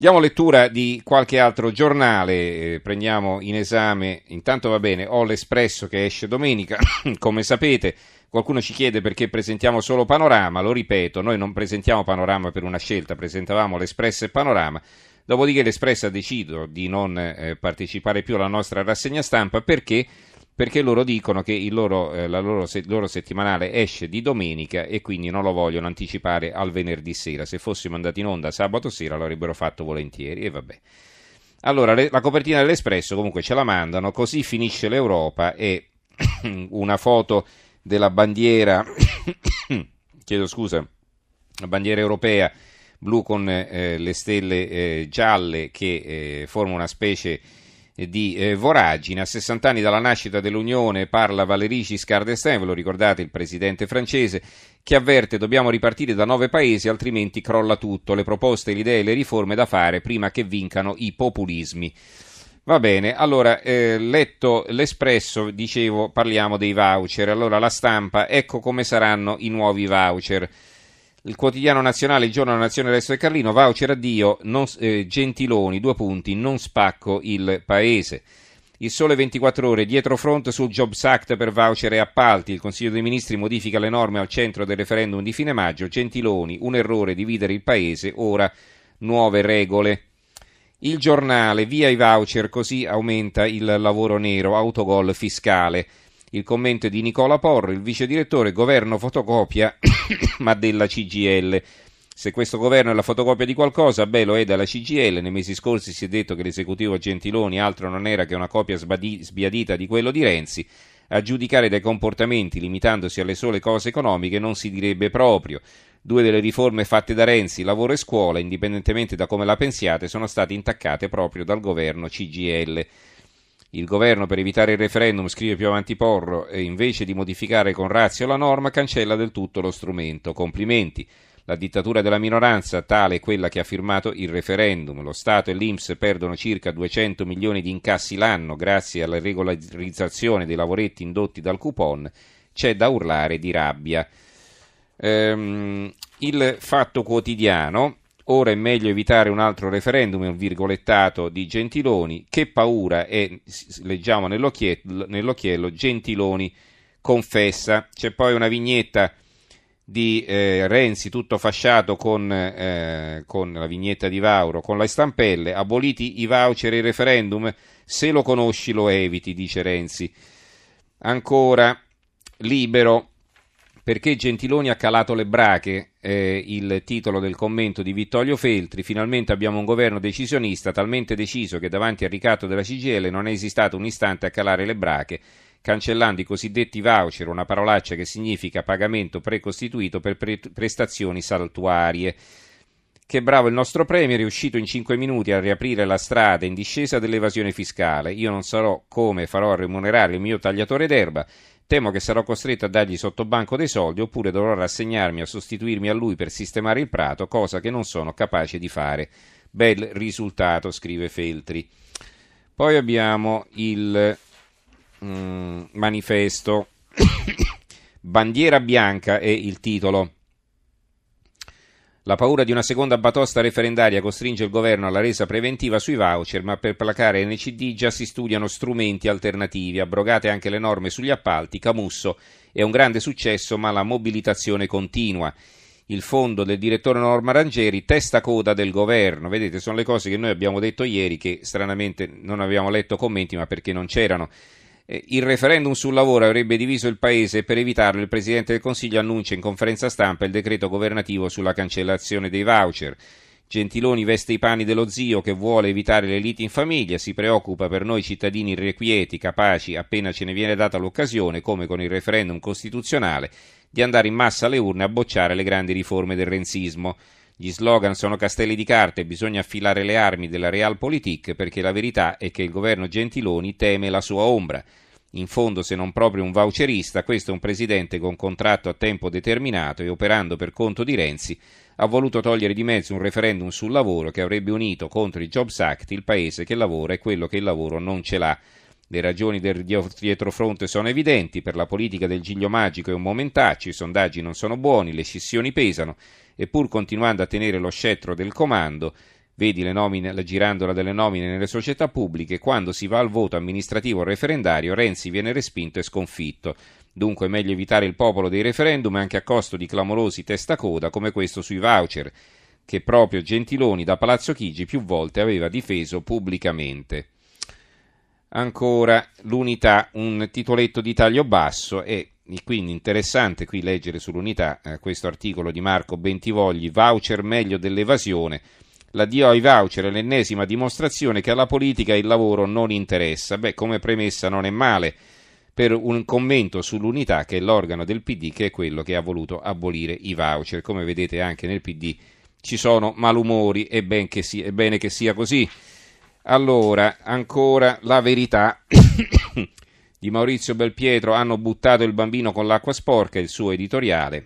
Diamo lettura di qualche altro giornale, prendiamo in esame, intanto va bene, ho l'Espresso che esce domenica, come sapete. Qualcuno ci chiede perché presentiamo solo Panorama, lo ripeto, noi non presentiamo Panorama per una scelta, presentavamo l'Espresso e Panorama, dopodiché l'Espresso ha deciso di non partecipare più alla nostra rassegna stampa perché loro dicono che la loro settimanale esce di domenica e quindi non lo vogliono anticipare al venerdì sera. Se fossimo andati in onda sabato sera lo avrebbero fatto volentieri e vabbè. Allora, la copertina dell'Espresso comunque ce la mandano, così finisce l'Europa e una foto della bandiera, chiedo scusa, la bandiera europea blu con le stelle gialle che formano una specie di voragine. A 60 anni dalla nascita dell'Unione parla Valéry Giscard d'Estaing, ve lo ricordate, il presidente francese, che avverte: dobbiamo ripartire da 9 paesi altrimenti crolla tutto, le proposte, le idee e le riforme da fare prima che vincano i populismi. Va bene, allora, letto l'Espresso, dicevo, parliamo dei voucher. Allora, la Stampa, ecco come saranno i nuovi voucher. Il Quotidiano Nazionale, il Giorno della Nazione, il Resto del Carlino, voucher addio, Gentiloni, 2 punti, non spacco il paese. Il Sole 24 Ore, dietro front sul Jobs Act per voucher e appalti, il Consiglio dei Ministri modifica le norme al centro del referendum di fine maggio, Gentiloni, un errore dividere il paese, ora nuove regole. Il Giornale, via i voucher, così aumenta il lavoro nero, autogol fiscale. Il commento è di Nicola Porro, il vice direttore, governo fotocopia, ma della CGIL. Se questo governo è la fotocopia di qualcosa, beh, lo è dalla CGIL. Nei mesi scorsi si è detto che l'esecutivo Gentiloni altro non era che una copia sbiadita di quello di Renzi. A giudicare dai comportamenti, limitandosi alle sole cose economiche, non si direbbe proprio. 2 delle riforme fatte da Renzi, lavoro e scuola, indipendentemente da come la pensiate, sono state intaccate proprio dal governo CGIL. Il governo, per evitare il referendum, scrive più avanti Porro, invece di modificare con razio la norma, cancella del tutto lo strumento. Complimenti. La dittatura della minoranza, tale è quella che ha firmato il referendum. Lo Stato e l'Inps perdono circa 200 milioni di incassi l'anno grazie alla regolarizzazione dei lavoretti indotti dal coupon. C'è da urlare di rabbia. Il Fatto Quotidiano. Ora è meglio evitare un altro referendum, è un virgolettato di Gentiloni. Che paura è, leggiamo nell'occhiello, Gentiloni confessa. C'è poi una vignetta di Renzi tutto fasciato con la vignetta di Vauro, con le stampelle: aboliti i voucher e il referendum, se lo conosci lo eviti, dice Renzi. Ancora Libero. Perché Gentiloni ha calato le brache, il titolo del commento di Vittorio Feltri. Finalmente abbiamo un governo decisionista, talmente deciso che davanti al ricatto della CGIL non è esitato un istante a calare le brache, cancellando i cosiddetti voucher, una parolaccia che significa pagamento precostituito per prestazioni saltuarie. Che bravo il nostro premier, è riuscito in 5 minuti a riaprire la strada in discesa dell'evasione fiscale. Io non so come farò a remunerare il mio tagliatore d'erba. Temo che sarò costretto a dargli sottobanco dei soldi oppure dovrò rassegnarmi a sostituirmi a lui per sistemare il prato, cosa che non sono capace di fare. Bel risultato, scrive Feltri. Poi abbiamo il Manifesto. Bandiera bianca è il titolo. La paura di una seconda batosta referendaria costringe il governo alla resa preventiva sui voucher, ma per placare NCD già si studiano strumenti alternativi. Abrogate anche le norme sugli appalti. Camusso è un grande successo, ma la mobilitazione continua. Il fondo del direttore Norma Rangeri, testa coda del governo. Vedete, sono le cose che noi abbiamo detto ieri, che stranamente non abbiamo letto commenti, ma perché non c'erano. Il referendum sul lavoro avrebbe diviso il paese e per evitarlo il Presidente del Consiglio annuncia in conferenza stampa il decreto governativo sulla cancellazione dei voucher. Gentiloni veste i panni dello zio che vuole evitare le liti in famiglia, si preoccupa per noi cittadini irrequieti, capaci, appena ce ne viene data l'occasione, come con il referendum costituzionale, di andare in massa alle urne a bocciare le grandi riforme del renzismo. Gli slogan sono castelli di carte e bisogna affilare le armi della realpolitik perché la verità è che il governo Gentiloni teme la sua ombra. In fondo, se non proprio un voucherista, questo è un presidente con contratto a tempo determinato e operando per conto di Renzi ha voluto togliere di mezzo un referendum sul lavoro che avrebbe unito contro il Jobs Act il paese che lavora e quello che il lavoro non ce l'ha. Le ragioni del dietrofront sono evidenti, per la politica del giglio magico è un momentaccio, i sondaggi non sono buoni, le scissioni pesano e pur continuando a tenere lo scettro del comando vedi le nomine, la girandola delle nomine nelle società pubbliche, quando si va al voto amministrativo o referendario Renzi viene respinto e sconfitto. Dunque è meglio evitare il popolo dei referendum anche a costo di clamorosi testacoda come questo sui voucher, che proprio Gentiloni da Palazzo Chigi più volte aveva difeso pubblicamente. Ancora l'Unità, un titoletto di taglio basso e quindi interessante qui leggere sull'Unità questo articolo di Marco Bentivogli, voucher meglio dell'evasione, l'addio ai voucher è l'ennesima dimostrazione che alla politica il lavoro non interessa. Beh, come premessa non è male per un commento sull'Unità, che è l'organo del PD, che è quello che ha voluto abolire i voucher. Come vedete anche nel PD ci sono malumori, è bene che sia così. Allora, ancora La Verità di Maurizio Belpietro, hanno buttato il bambino con l'acqua sporca, il suo editoriale.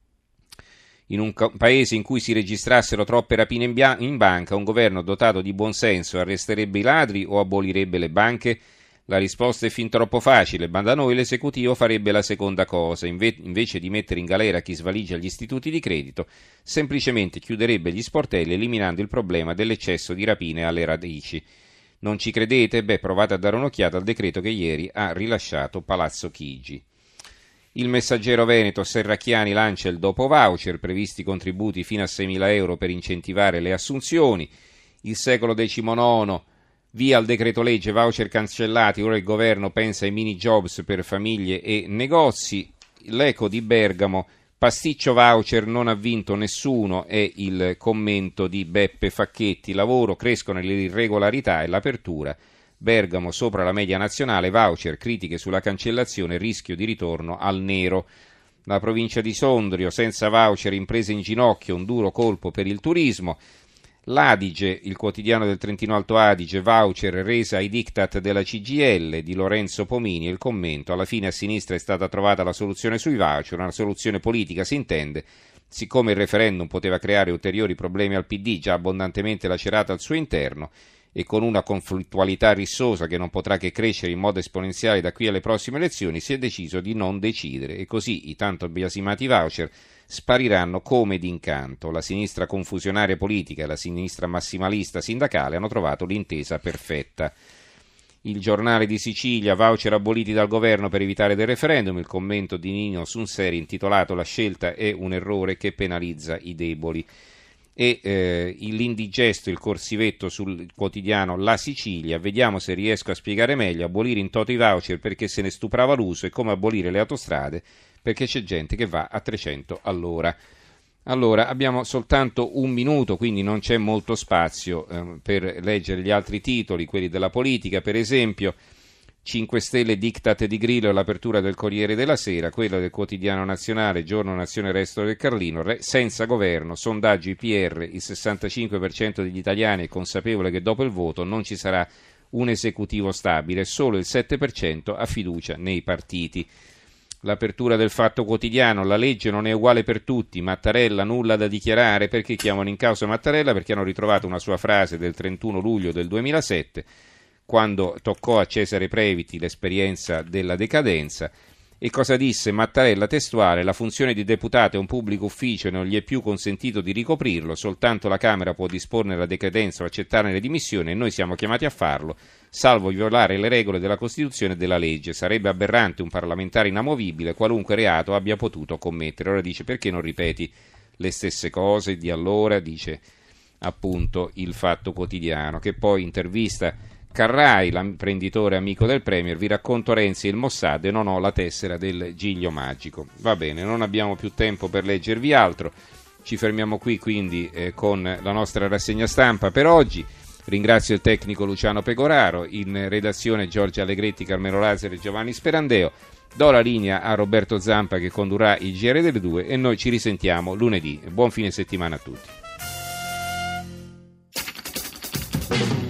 In un paese in cui si registrassero troppe rapine in banca, un governo dotato di buonsenso arresterebbe i ladri o abolirebbe le banche? La risposta è fin troppo facile, ma da noi l'esecutivo farebbe la seconda cosa. Invece di mettere in galera chi svaligia gli istituti di credito, semplicemente chiuderebbe gli sportelli eliminando il problema dell'eccesso di rapine alle radici. Non ci credete? Beh, provate a dare un'occhiata al decreto che ieri ha rilasciato Palazzo Chigi. Il Messaggero Veneto, Serracchiani lancia il dopo voucher, previsti contributi fino a 6.000 euro per incentivare le assunzioni. Il Secolo XIX, via il decreto legge, voucher cancellati, ora il governo pensa ai mini jobs per famiglie e negozi. L'Eco di Bergamo, pasticcio voucher, non ha vinto nessuno, è il commento di Beppe Facchetti. Lavoro, crescono le irregolarità e l'apertura. Bergamo sopra la media nazionale, voucher, critiche sulla cancellazione, rischio di ritorno al nero. La provincia di Sondrio, senza voucher, imprese in ginocchio, un duro colpo per il turismo. L'Adige, il quotidiano del Trentino Alto Adige, voucher resa ai diktat della CGIL, di Lorenzo Pomini, il commento, alla fine a sinistra è stata trovata la soluzione sui voucher, una soluzione politica si intende, siccome il referendum poteva creare ulteriori problemi al PD già abbondantemente lacerato al suo interno e con una conflittualità rissosa che non potrà che crescere in modo esponenziale da qui alle prossime elezioni, si è deciso di non decidere e così i tanto biasimati voucher spariranno come d'incanto. La sinistra confusionaria politica e la sinistra massimalista sindacale hanno trovato l'intesa perfetta. Il Giornale di Sicilia, voucher aboliti dal governo per evitare del referendum, il commento di Nino Sunseri intitolato La scelta è un errore che penalizza i deboli. E l'Indigesto, il corsivetto sul quotidiano La Sicilia, vediamo se riesco a spiegare meglio, abolire in toto i voucher perché se ne stuprava l'uso e come abolire le autostrade perché c'è gente che va a 300 all'ora. Allora, abbiamo soltanto un minuto, quindi non c'è molto spazio per leggere gli altri titoli, quelli della politica, per esempio 5 Stelle diktat di Grillo e l'apertura del Corriere della Sera, quella del Quotidiano Nazionale, Giorno Nazione Resto del Carlino, senza governo, sondaggio IPR, il 65% degli italiani è consapevole che dopo il voto non ci sarà un esecutivo stabile, solo il 7% ha fiducia nei partiti. L'apertura del Fatto Quotidiano, la legge non è uguale per tutti, Mattarella nulla da dichiarare. Perché chiamano in causa Mattarella? Perché hanno ritrovato una sua frase del 31 luglio del 2007, quando toccò a Cesare Previti l'esperienza della decadenza. E cosa disse Mattarella testuale? La funzione di deputato è un pubblico ufficio e non gli è più consentito di ricoprirlo, soltanto la Camera può disporne la decadenza o accettarne le dimissioni e noi siamo chiamati a farlo, salvo violare le regole della Costituzione e della legge. Sarebbe aberrante un parlamentare inamovibile, qualunque reato abbia potuto commettere. Ora dice, perché non ripeti le stesse cose di allora? Dice appunto il Fatto Quotidiano, che poi intervista Carrai, l'imprenditore amico del Premier, vi racconto Renzi e il Mossad e non ho la tessera del Giglio Magico. Va bene, non abbiamo più tempo per leggervi altro, ci fermiamo qui quindi con la nostra rassegna stampa per oggi. Ringrazio il tecnico Luciano Pegoraro, in redazione Giorgia Allegretti, Carmelo Lazzaro e Giovanni Sperandeo. Do la linea a Roberto Zampa che condurrà il GR delle 2 e noi ci risentiamo lunedì. Buon fine settimana a tutti.